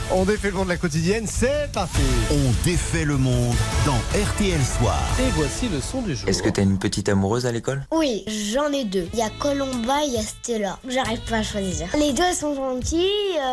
On défait le monde de la quotidienne, c'est parti. On défait le monde dans RTL Soir. Et voici le son du jour. Est-ce que t'as une petite amoureuse à l'école? Oui, j'en ai deux. Il y a Colomba, il y a Stella. J'arrive pas à choisir. Les deux sont gentils.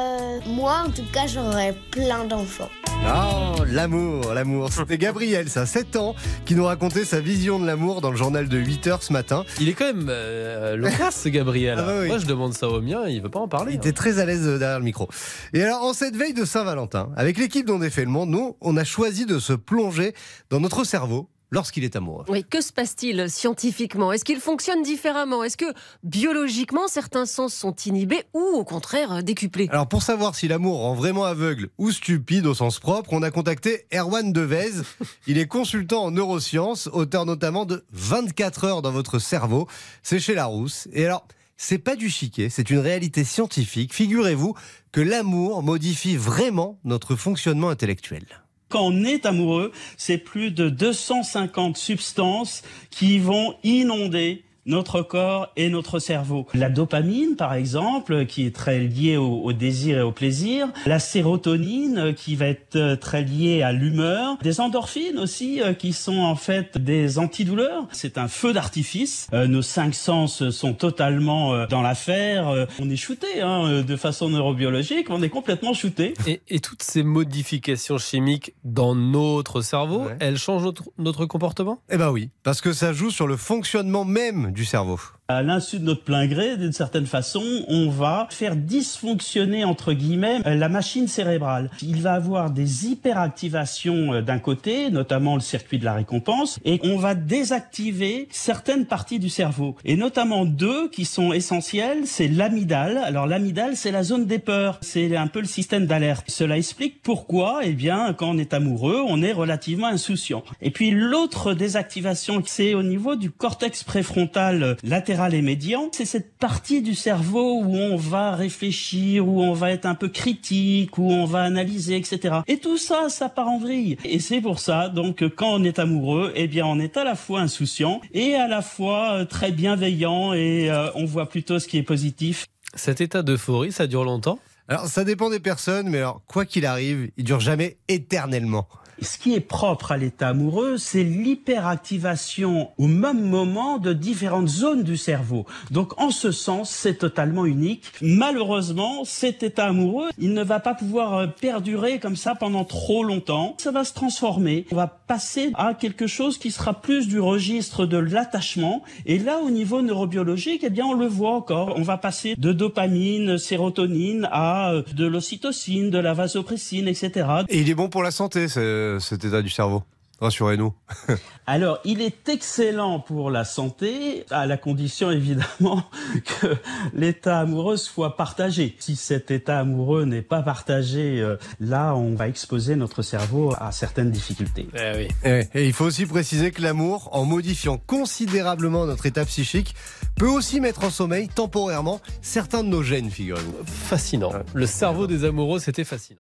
Moi, en tout cas, j'aurais plein d'enfants. Oh, l'amour. C'était Gabriel, ça, 7 ans, qui nous racontait sa vision de l'amour dans le journal de 8h ce matin. Il est quand même loquace, ce Gabriel. Ah bah oui. Moi, je demande ça au mien, il veut pas en parler. Il était très à l'aise derrière le micro. Et alors, en cette veille de Saint-Valentin, avec l'équipe d'On défait le monde, nous, on a choisi de se plonger dans notre cerveau lorsqu'il est amoureux. Oui, que se passe-t-il scientifiquement? Est-ce qu'il fonctionne différemment? Est-ce que biologiquement certains sens sont inhibés ou au contraire décuplés? Alors pour savoir si l'amour rend vraiment aveugle ou stupide au sens propre, on a contacté Erwan Devez. Il est consultant en neurosciences, auteur notamment de 24 heures dans votre cerveau. C'est chez Larousse. Et alors, c'est pas du chiquet, c'est une réalité scientifique. Figurez-vous que l'amour modifie vraiment notre fonctionnement intellectuel. Quand on est amoureux, c'est plus de 250 substances qui vont inonder notre corps et notre cerveau. La dopamine, par exemple, qui est très liée au désir et au plaisir. La sérotonine, qui va être très liée à l'humeur. Des endorphines aussi, qui sont en fait des antidouleurs. C'est un feu d'artifice. Nos 5 sens sont totalement dans l'affaire. On est shooté, de façon neurobiologique. On est complètement shooté. Et toutes ces modifications chimiques dans notre cerveau, Ouais. elles changent notre comportement? Eh ben oui, parce que ça joue sur le fonctionnement même du cerveau. À l'insu de notre plein gré, d'une certaine façon, on va faire dysfonctionner, entre guillemets, la machine cérébrale. Il va avoir des hyperactivations d'un côté, notamment le circuit de la récompense, et on va désactiver certaines parties du cerveau. Et notamment 2 qui sont essentielles, c'est l'amygdale. Alors l'amygdale, c'est la zone des peurs. C'est un peu le système d'alerte. Cela explique pourquoi, quand on est amoureux, on est relativement insouciant. Et puis l'autre désactivation, c'est au niveau du cortex préfrontal latéral et médian. C'est cette partie du cerveau où on va réfléchir, où on va être un peu critique, où on va analyser, etc. Et tout ça, ça part en vrille. Et c'est pour ça, donc, quand on est amoureux, on est à la fois insouciant et à la fois très bienveillant et on voit plutôt ce qui est positif. Cet état d'euphorie, ça dure longtemps? Alors ça dépend des personnes, mais alors quoi qu'il arrive, il dure jamais éternellement. Ce qui est propre à l'état amoureux, c'est l'hyperactivation au même moment de différentes zones du cerveau. Donc en ce sens, c'est totalement unique. Malheureusement, cet état amoureux, il ne va pas pouvoir perdurer comme ça pendant trop longtemps. Ça va se transformer. On va passer à quelque chose qui sera plus du registre de l'attachement. Et là, au niveau neurobiologique, on le voit encore. On va passer de dopamine, sérotonine à de l'ocytocine, de la vasopressine, etc. Et il est bon pour la santé, cet état du cerveau. Rassurez-nous. Alors, il est excellent pour la santé, à la condition évidemment que l'état amoureux soit partagé. Si cet état amoureux n'est pas partagé, là, on va exposer notre cerveau à certaines difficultés. Eh oui. Et il faut aussi préciser que l'amour, en modifiant considérablement notre état psychique, peut aussi mettre en sommeil temporairement certains de nos gènes, figurez-vous. Fascinant. Le cerveau des amoureux, c'était fascinant.